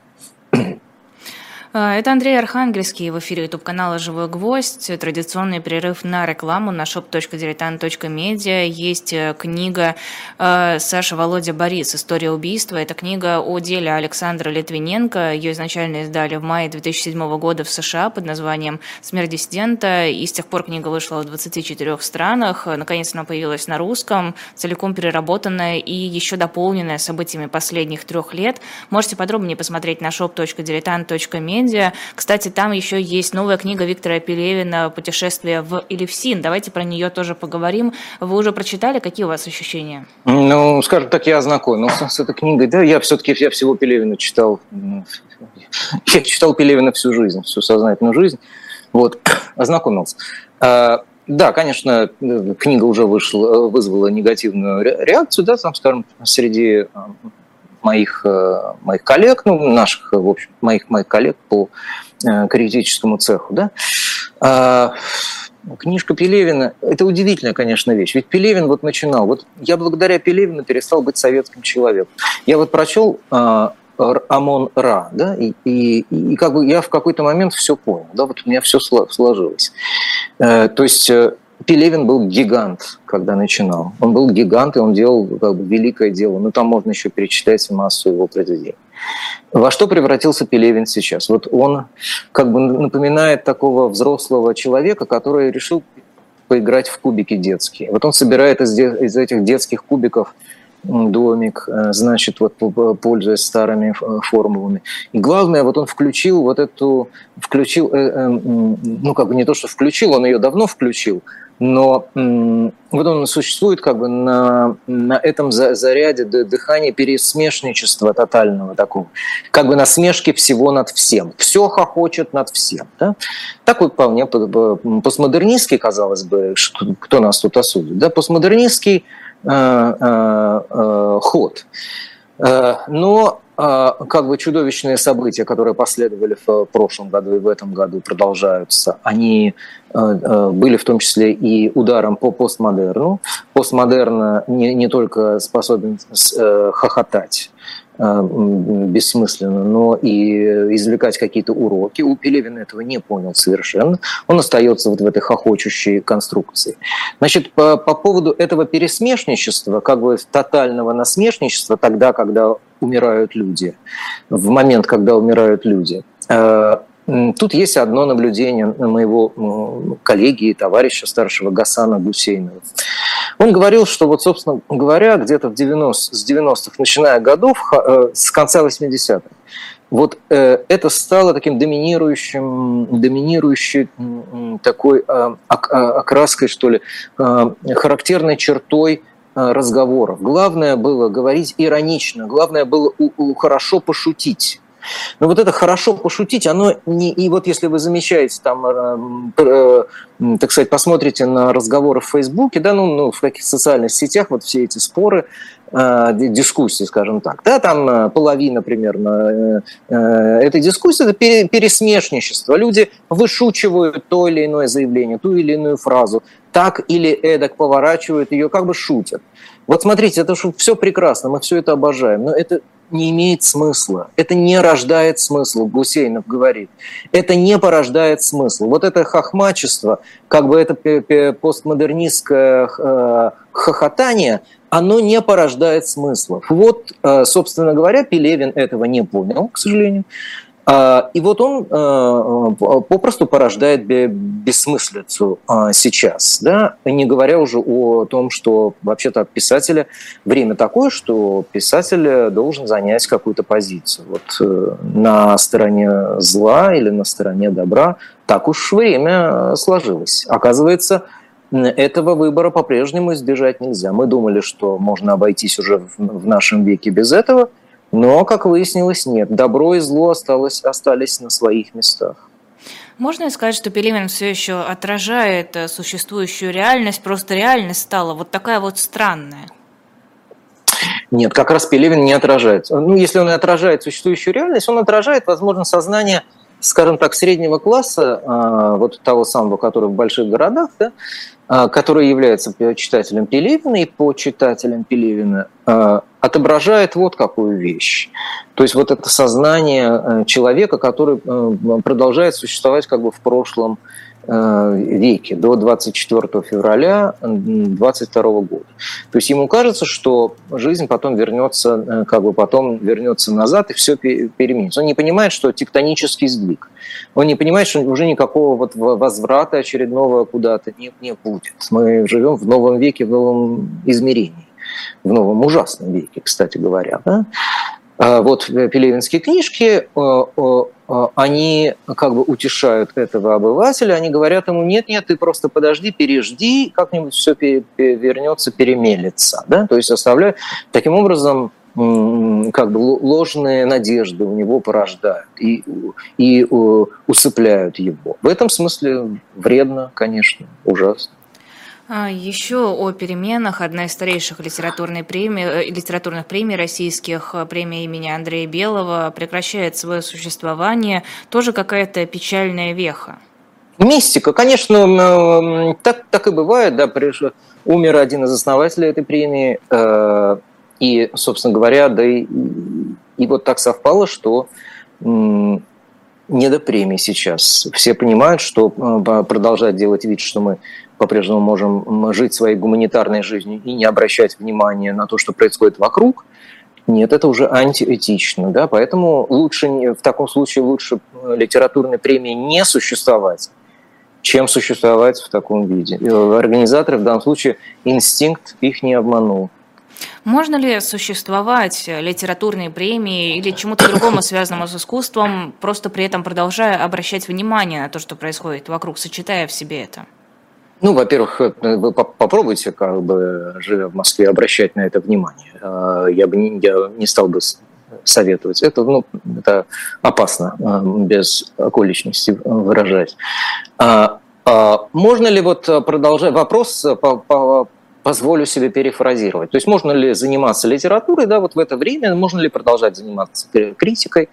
Это Андрей Архангельский в эфире YouTube-канала «Живой гвоздь». Традиционный перерыв на рекламу на shop.diletant.media. Есть книга Саши Володя Борис «История убийства». Это книга о деле Александра Литвиненко. Ее изначально издали в мае 2007 года в США под названием «Смерть диссидента». И с тех пор книга вышла в 24 странах. Наконец она появилась на русском, целиком переработанная и еще дополненная событиями последних 3 лет. Можете подробнее посмотреть на shop.diletant.media. Кстати, там еще есть новая книга Виктора Пелевина «Путешествие в Элевсин». Давайте про нее тоже поговорим. Вы уже прочитали? Какие у вас ощущения? Ну, скажем так, я ознакомился с этой книгой. Да, я всего Пелевина читал. Я читал Пелевина всю жизнь, всю сознательную жизнь. Вот, ознакомился. Да, конечно, книга уже вызвала негативную реакцию, да, там, скажем, среди моих коллег, в общем, моих коллег по критическому цеху, да. Книжка Пелевина – это удивительная, конечно, вещь. Ведь Пелевин вот начинал. Вот я благодаря Пелевину перестал быть советским человеком. Я вот прочел Амон-Ra, да, и как бы я в какой-то момент все понял, да, вот у меня все сложилось. То есть Пелевин был гигант, когда начинал. Он был гигант, и он делал как бы великое дело. Ну, там можно еще перечитать массу его произведений. Во что превратился Пелевин сейчас? Вот он как бы напоминает такого взрослого человека, который решил поиграть в кубики детские. Вот он собирает из этих детских кубиков домик, значит, вот пользуясь старыми формулами. И главное, вот он включил, ну, как бы не то, что включил, он ее давно включил, но вот он существует как бы на этом заряде дыхания пересмешничества тотального такого, как бы насмешки всего над всем. Все хохочет над всем. Да? Такой вполне постмодернистский, казалось бы, кто нас тут осудит, да? Постмодернистский ход. Но как бы чудовищные события, которые последовали в прошлом году и в этом году, продолжаются. Они были в том числе и ударом по постмодерну. Постмодерн не только способен хохотать бессмысленно, но и извлекать какие-то уроки. У Пелевина этого не понял совершенно. Он остается вот в этой хохочущей конструкции. Значит, по поводу этого пересмешничества, как бы тотального насмешничества, тогда, когда умирают люди, в момент, когда умирают люди, тут есть одно наблюдение моего коллеги и товарища старшего Гасана Гусейнова. Он говорил, что вот, собственно говоря, где-то с 90-х, начиная годов, с конца 80-х, вот это стало таким доминирующей такой окраской, что ли, характерной чертой разговоров. Главное было говорить иронично, главное было хорошо пошутить. Но вот это хорошо пошутить, оно не... И вот если вы замечаете, там, так сказать, посмотрите на разговоры в Фейсбуке, да, ну, в каких социальных сетях, вот все эти споры, дискуссии, скажем так, да, там половина примерно этой дискуссии – это пересмешничество. Люди вышучивают то или иное заявление, ту или иную фразу, так или эдак поворачивают ее, как бы шутят. Вот смотрите, это все прекрасно, мы все это обожаем, но это не имеет смысла. Это не рождает смысла, Гусейнов говорит. Это не порождает смысл. Вот это хохмачество, как бы это постмодернистское хохотание, оно не порождает смыслов. Вот, собственно говоря, Пелевин этого не понял, к сожалению. И вот он попросту порождает бессмыслицу сейчас, да? Не говоря уже о том, что вообще-то от писателя время такое, что писатель должен занять какую-то позицию. Вот на стороне зла или на стороне добра так уж время сложилось. Оказывается, этого выбора по-прежнему избежать нельзя. Мы думали, что можно обойтись уже в нашем веке без этого, но, как выяснилось, нет. Добро и зло остались на своих местах. Можно ли сказать, что Пелевин все еще отражает существующую реальность, просто реальность стала вот такая вот странная? Нет, как раз Пелевин не отражает. Ну, если он и отражает существующую реальность, он отражает, возможно, сознание, скажем так, среднего класса, вот того самого, который в больших городах, да, который является читателем Пелевина и почитателем Пелевина, отображает вот какую вещь. То есть вот это сознание человека, который продолжает существовать как бы в прошлом веке, до 24 февраля 22 года. То есть ему кажется, что жизнь потом вернется, как бы потом вернется назад, и все переменится. Он не понимает, что тектонический сдвиг. Он не понимает, что уже никакого вот возврата очередного куда-то не будет. Мы живем в новом веке, в новом измерении, в новом ужасном веке, кстати говоря. Да? Вот пелевинские книжки, они как бы утешают этого обывателя, они говорят ему: нет, ты просто подожди, пережди, как-нибудь все вернется, перемелется. Да? То есть оставляют, таким образом, как бы ложные надежды у него порождают и усыпляют его. В этом смысле вредно, конечно, ужасно. Еще о переменах. Одна из старейших литературных премий российских, премия имени Андрея Белого, прекращает свое существование. Тоже какая-то печальная веха. Мистика, конечно, так и бывает. Да, умер один из основателей этой премии, и, собственно говоря, да и вот так совпало, что не до премии сейчас. Все понимают, что продолжать делать вид, что мы по-прежнему можем жить своей гуманитарной жизнью и не обращать внимания на то, что происходит вокруг, нет, это уже антиэтично. Да? Поэтому в таком случае лучше литературной премии не существовать, чем существовать в таком виде. Организаторы в данном случае инстинкт их не обманул. Можно ли существовать литературной премии или чему-то другому, связанному с искусством, просто при этом продолжая обращать внимание на то, что происходит вокруг, сочетая в себе это? Ну, во-первых, вы попробуйте, как бы, живя в Москве, обращать на это внимание. Я не стал бы советовать. Это опасно, без околичности выражать. Можно ли продолжать? Вопрос позволю себе перефразировать. То есть можно ли заниматься литературой, да, вот в это время, можно ли продолжать заниматься критикой,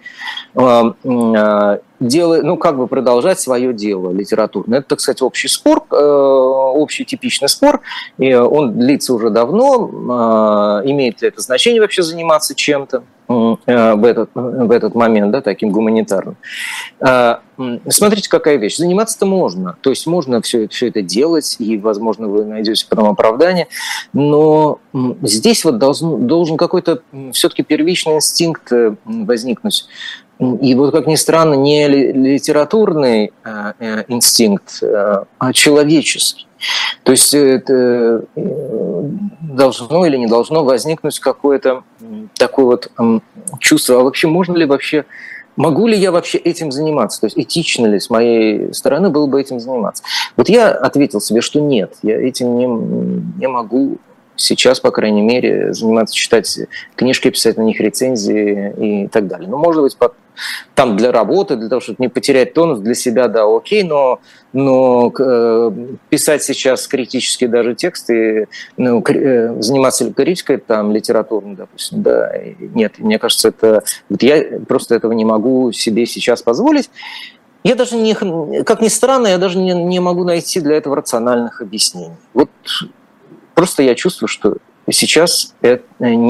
продолжать свое дело литературное. Это, так сказать, общий спор, общий типичный спор, и он длится уже давно. Имеет ли это значение вообще заниматься чем-то в этот момент, да, таким гуманитарным? Смотрите, какая вещь. Заниматься-то можно. То есть можно все это делать, и, возможно, вы найдете потом оправдание. Но здесь вот должен какой-то все-таки первичный инстинкт возникнуть. И вот, как ни странно, не литературный инстинкт, а человеческий. То есть это должно или не должно возникнуть какое-то такое вот чувство. А вообще могу ли я вообще этим заниматься? То есть этично ли с моей стороны было бы этим заниматься? Вот я ответил себе, что нет, я этим не могу сейчас, по крайней мере, заниматься, читать книжки, писать на них рецензии и так далее. Ну, может быть, там для работы, для того, чтобы не потерять тонус, для себя, да, окей, но писать сейчас критические даже тексты, заниматься критикой, там, литературной, допустим, да, нет, мне кажется, я просто этого не могу себе сейчас позволить. Я даже как ни странно, я даже не могу найти для этого рациональных объяснений. Вот просто я чувствую, что сейчас это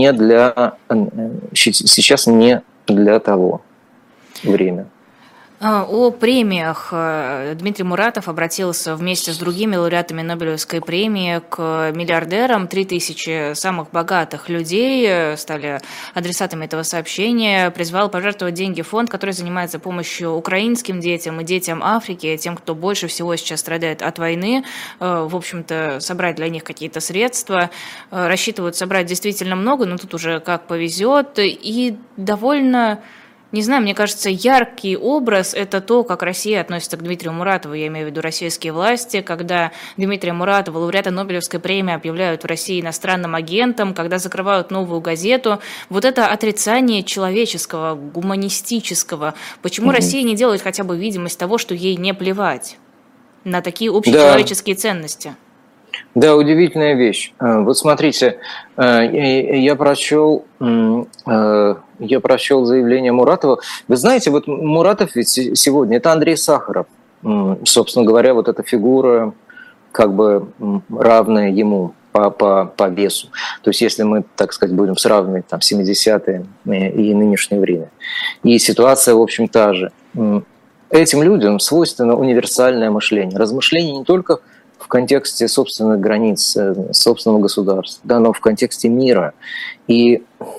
сейчас не для того время. О премиях Дмитрий Муратов обратился вместе с другими лауреатами Нобелевской премии к миллиардерам. 3000 самых богатых людей стали адресатами этого сообщения. Призвал пожертвовать деньги в фонд, который занимается помощью украинским детям и детям Африки, тем, кто больше всего сейчас страдает от войны. В общем-то, собрать для них какие-то средства. Рассчитывают собрать действительно много, но тут уже как повезет. И довольно Не знаю, мне кажется, яркий образ – это то, как Россия относится к Дмитрию Муратову, я имею в виду российские власти, когда Дмитрия Муратова, лауреата Нобелевской премии, объявляют в России иностранным агентом, когда закрывают Новую газету. Вот это отрицание человеческого, гуманистического. Почему Россия не делает хотя бы видимость того, что ей не плевать на такие общечеловеческие ценности? Да, удивительная вещь. Вот смотрите, я прочел заявление Муратова. Вы знаете, вот Муратов ведь сегодня – это Андрей Сахаров. Собственно говоря, вот эта фигура как бы равная ему по весу. То есть если мы, так сказать, будем сравнивать там 70-е и нынешнее время. И ситуация, в общем, та же. Этим людям свойственно универсальное мышление. Размышление не только в контексте собственных границ, собственного государства, да, но в контексте мира. И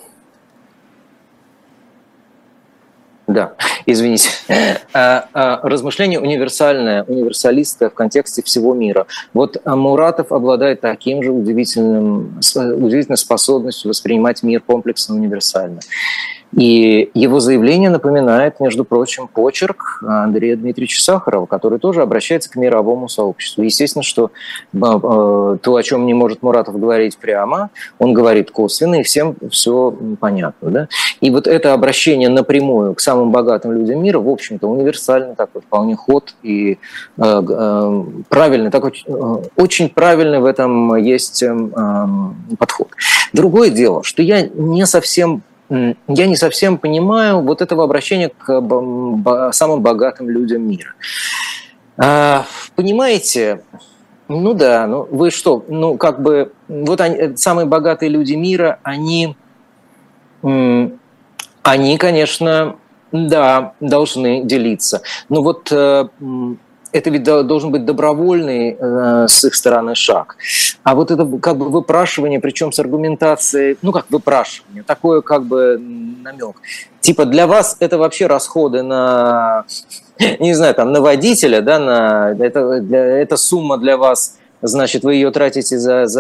да, извините. Размышление универсальное, универсалистское в контексте всего мира. Вот Муратов обладает таким же удивительной способностью воспринимать мир комплексно, универсально. И его заявление напоминает, между прочим, почерк Андрея Дмитриевича Сахарова, который тоже обращается к мировому сообществу. Естественно, что то, о чем не может Муратов говорить прямо, он говорит косвенно, и всем все понятно. Да? И вот это обращение напрямую к самым богатым людям мира, в общем-то, универсальный такой вполне ход и правильный, такой, очень правильный в этом есть подход. Другое дело, что я не совсем понимаю вот этого обращения к самым богатым людям мира. Понимаете, ну да, ну вы что, ну как бы, вот они, самые богатые люди мира, они, конечно, да, должны делиться. Но вот это ведь должен быть добровольный с их стороны шаг. А вот это как бы выпрашивание, причем с аргументацией, ну как выпрашивание, такое как бы намек. Типа для вас это вообще расходы на, не знаю, там, на водителя, да, эта сумма для вас, значит, вы ее тратите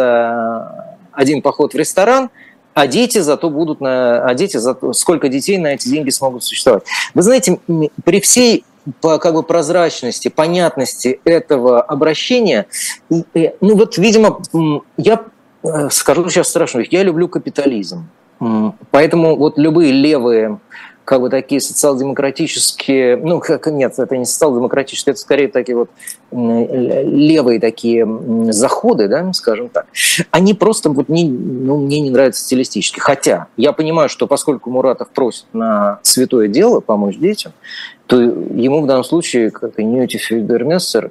за один поход в ресторан, а дети зато будут сколько детей на эти деньги смогут существовать. Вы знаете, при всей по как бы прозрачности, понятности этого обращения, ну вот, видимо, я скажу сейчас страшную вещь, я люблю капитализм, поэтому вот любые левые, как бы такие социал-демократические, ну, нет, это не социал-демократические, это скорее такие вот левые такие заходы, да, скажем так, они просто вот мне не нравятся стилистически. Хотя я понимаю, что поскольку Муратов просит на святое дело помочь детям, то ему в данном случае, как и Ньюти Фельдермессер,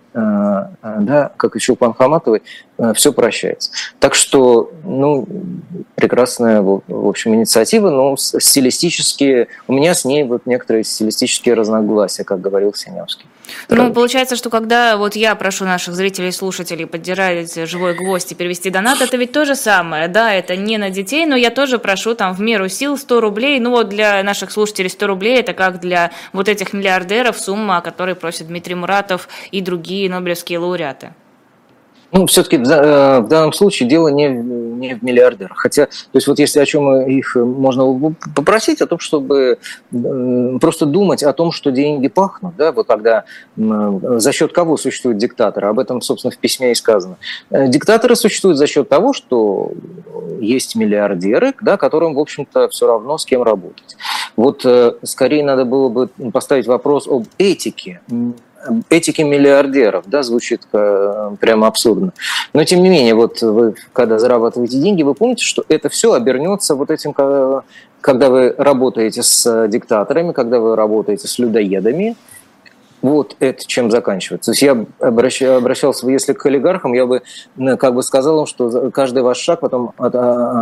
да, как и Чулпан Хаматовой, все прощается. Так что, ну, прекрасная, в общем, инициатива, но стилистически, у меня с ней вот некоторые стилистические разногласия, как говорил Синявский. Ну, получается, что когда вот я прошу наших зрителей и слушателей поддержать «Живой гвоздь» и перевести донат, это ведь то же самое, да, это не на детей, но я тоже прошу там в меру сил 100 рублей, ну вот для наших слушателей 100 рублей, это как для вот этих миллиардеров сумма, о которой просит Дмитрий Муратов и другие нобелевские лауреаты. Ну, все-таки в данном случае дело не в миллиардерах. Хотя, то есть вот если о чем их можно попросить, о том, чтобы просто думать о том, что деньги пахнут, да, вот когда за счет кого существуют диктаторы, об этом, собственно, в письме и сказано. Диктаторы существуют за счет того, что есть миллиардеры, да, которым, в общем-то, все равно с кем работать. Вот скорее надо было бы поставить вопрос об этике миллиардеров, да, звучит прямо абсурдно. Но, тем не менее, вот вы, когда зарабатываете деньги, вы помните, что это все обернется вот этим, когда вы работаете с диктаторами, когда вы работаете с людоедами, вот это чем заканчивается. То есть я обращался, если к олигархам, я бы как бы сказал им, что каждый ваш шаг потом вот,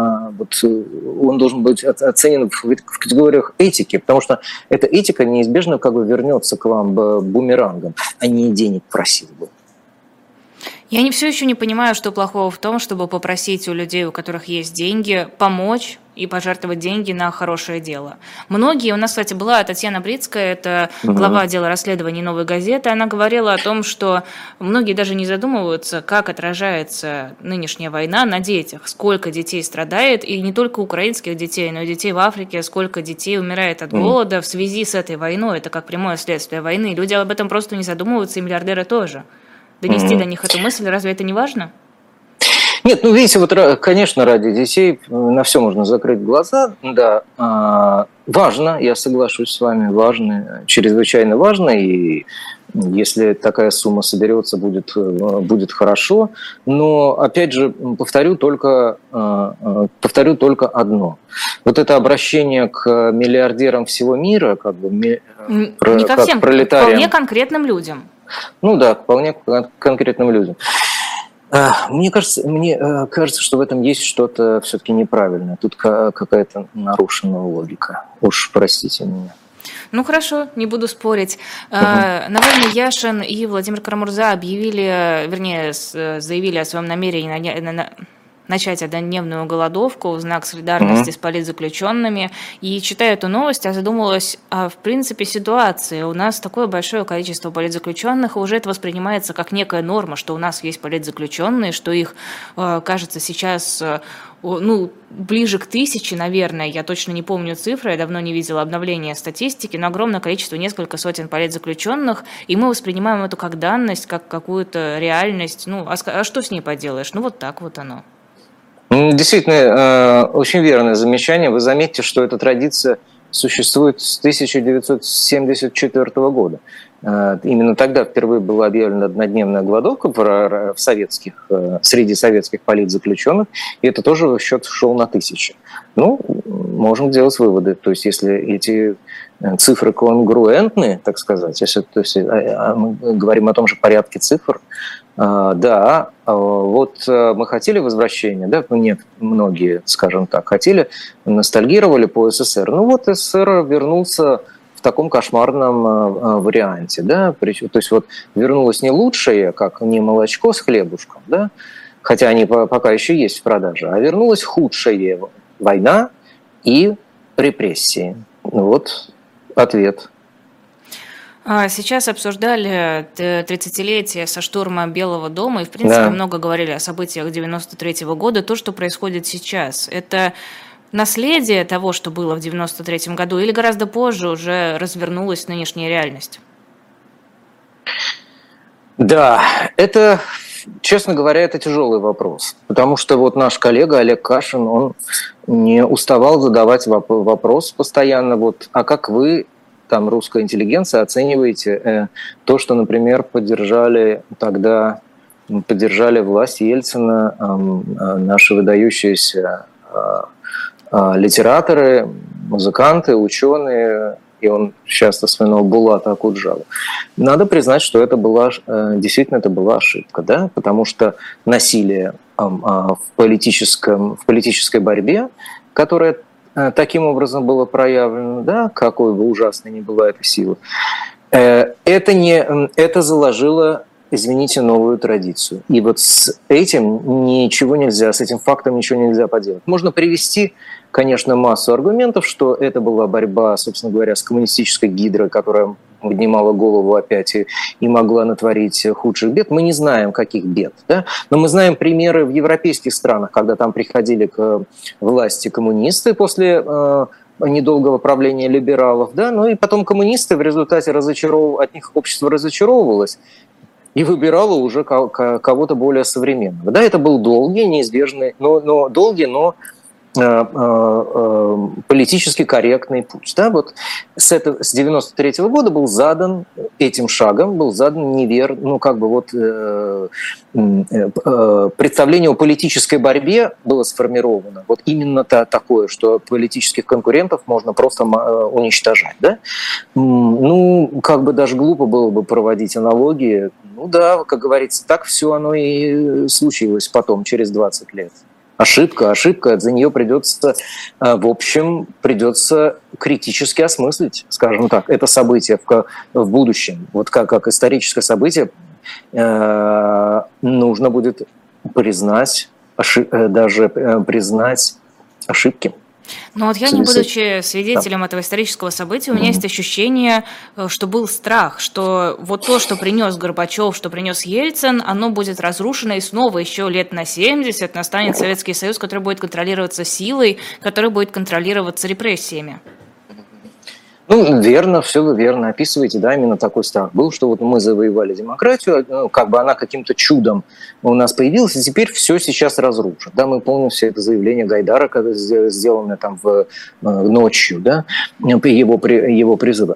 он должен быть оценен в категориях этики, потому что эта этика неизбежно как бы вернется к вам бумерангом, а не денег просил бы. Я все еще не понимаю, что плохого в том, чтобы попросить у людей, у которых есть деньги, помочь и пожертвовать деньги на хорошее дело. Многие, у нас, кстати, была Татьяна Брицкая, это глава отдела расследований «Новой газеты», она говорила о том, что многие даже не задумываются, как отражается нынешняя война на детях, сколько детей страдает, и не только украинских детей, но и детей в Африке, сколько детей умирает от голода в связи с этой войной, это как прямое следствие войны. Люди об этом просто не задумываются, и миллиардеры тоже. Донести до них эту мысль, разве это не важно? Нет, ну видите, вот, конечно, ради детей на все можно закрыть глаза, да, важно, я соглашусь с вами, важно, чрезвычайно важно, и если такая сумма соберется, будет хорошо, но, опять же, повторю только одно. Вот это обращение к миллиардерам всего мира, как бы, не ко всем, пролетариям. Вполне конкретным людям. Ну да, вполне конкретным людям. Мне кажется, что в этом есть что-то все-таки неправильное. Тут какая-то нарушена логика. Уж простите меня. Ну хорошо, не буду спорить. Навальный, Яшин и Владимир Карамурза заявили о своем намерении начать однодневную голодовку в знак солидарности с политзаключенными. И, читая эту новость, я задумалась о, в принципе, ситуации. У нас такое большое количество политзаключенных, и уже это воспринимается как некая норма, что у нас есть политзаключенные, что их, кажется, сейчас ближе к 1000, наверное, я точно не помню цифры, я давно не видела обновления статистики, но огромное количество, несколько сотен политзаключенных, и мы воспринимаем это как данность, как какую-то реальность. А что с ней поделаешь? Вот так вот оно. Действительно, очень верное замечание. Вы заметите, что эта традиция существует с 1974 года. Именно тогда впервые была объявлена однодневная голодовка среди советских политзаключенных, и это тоже счет шел на 1000. Можем делать выводы. То есть, если эти цифры конгруентны, так сказать, если мы говорим о том же порядке цифр, да, вот мы хотели возвращения, да, нет, многие, скажем так, ностальгировали по СССР. СССР вернулся в таком кошмарном варианте, да, то есть вот вернулось не лучшее, как не молочко с хлебушком, да, хотя они пока еще есть в продаже, а вернулось худшее – война и репрессии. Вот ответ. Сейчас обсуждали 30-летие со штурма Белого дома, и, в принципе, много говорили о событиях 93-го года. То, что происходит сейчас, это наследие того, что было в 93-м году, или гораздо позже уже развернулась нынешняя реальность? Да, это, честно говоря, это тяжелый вопрос, потому что вот наш коллега Олег Кашин, он не уставал задавать вопрос постоянно, а как вы, там, русская интеллигенция, оцениваете то, что, например, поддержали власть Ельцина наши выдающиеся литераторы, музыканты, ученые, и он часто вспоминал Булата Акуджаву. Надо признать, что действительно это была ошибка, да? Потому что насилие в политической борьбе, которая таким образом было проявлено, да, какой бы ужасной ни была эта сила, это заложило, извините, новую традицию. И вот с этим с этим фактом ничего нельзя поделать. Можно привести, конечно, массу аргументов, что это была борьба, собственно говоря, с коммунистической гидрой, которая поднимала голову опять и могла натворить худших бед. Мы не знаем, каких бед, да? Но мы знаем примеры в европейских странах, когда там приходили к власти коммунисты после недолгого правления либералов, да? И потом коммунисты в результате от них общество разочаровывалось и выбирало уже кого-то более современного. Да, это был долгий, неизбежный, но политически корректный путь. Да? Вот с 93-го года был задан этим шагом, представление о политической борьбе было сформировано. Вот именно такое, что политических конкурентов можно просто уничтожать. Да? Даже глупо было бы проводить аналогии. Да, как говорится, так все оно и случилось потом, через 20 лет. Ошибка, за нее придется критически осмыслить, скажем так, это событие в будущем. Вот как историческое событие нужно будет признать, даже признать ошибки. Но вот я, не будучи свидетелем этого исторического события, у меня есть ощущение, что был страх, что вот то, что принес Горбачев, что принес Ельцин, оно будет разрушено, и снова еще лет на 70 настанет Советский Союз, который будет контролироваться силой, который будет контролироваться репрессиями. Ну, верно, все вы верно описываете, да, именно такой страх был, что вот мы завоевали демократию, как бы она каким-то чудом у нас появилась, и теперь все сейчас разрушит, да, мы помним все это заявление Гайдара, сделанное там ночью, да, его призыва.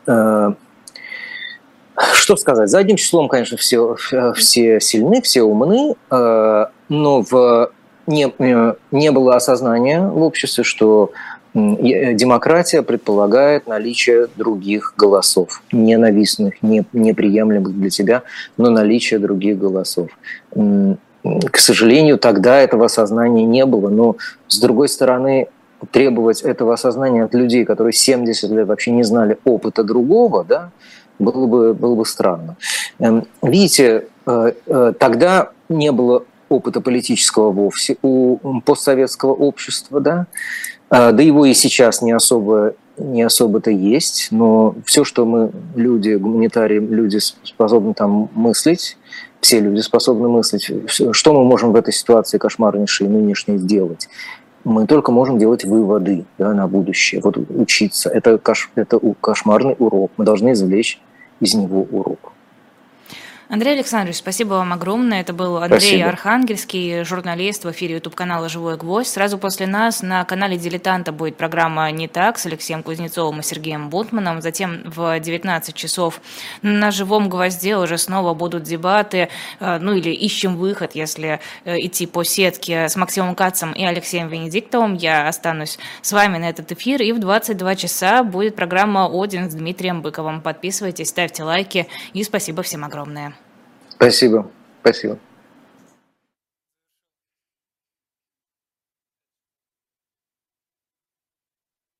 Что сказать, задним числом, конечно, все сильны, все умны, но не было осознания в обществе, что демократия предполагает наличие других голосов, ненавистных, неприемлемых для тебя, но наличие других голосов. К сожалению, тогда этого осознания не было, но, с другой стороны, требовать этого осознания от людей, которые 70 лет вообще не знали опыта другого, да, было бы странно. Видите, тогда не было опыта политического вовсе у постсоветского общества, да, его и сейчас не особо-то есть, но все, что мы, люди, гуманитарии, люди способны там мыслить, все люди способны мыслить, что мы можем в этой ситуации кошмарнейшей нынешней сделать? Мы только можем делать выводы, да, на будущее, вот учиться. Это кошмарный урок, мы должны извлечь из него урок. Андрей Александрович, спасибо вам огромное. Это был Андрей Архангельский, журналист в эфире YouTube-канала «Живой гвоздь». Сразу после нас на канале «Дилетанта» будет программа «Не так» с Алексеем Кузнецовым и Сергеем Бутманом. Затем в 19 часов на «Живом гвозде» уже снова будут дебаты, или «Ищем выход», если идти по сетке, с Максимом Кацем и Алексеем Венедиктовым. Я останусь с вами на этот эфир. И в 22 часа будет программа «Один» с Дмитрием Быковым. Подписывайтесь, ставьте лайки и спасибо всем огромное. Спасибо.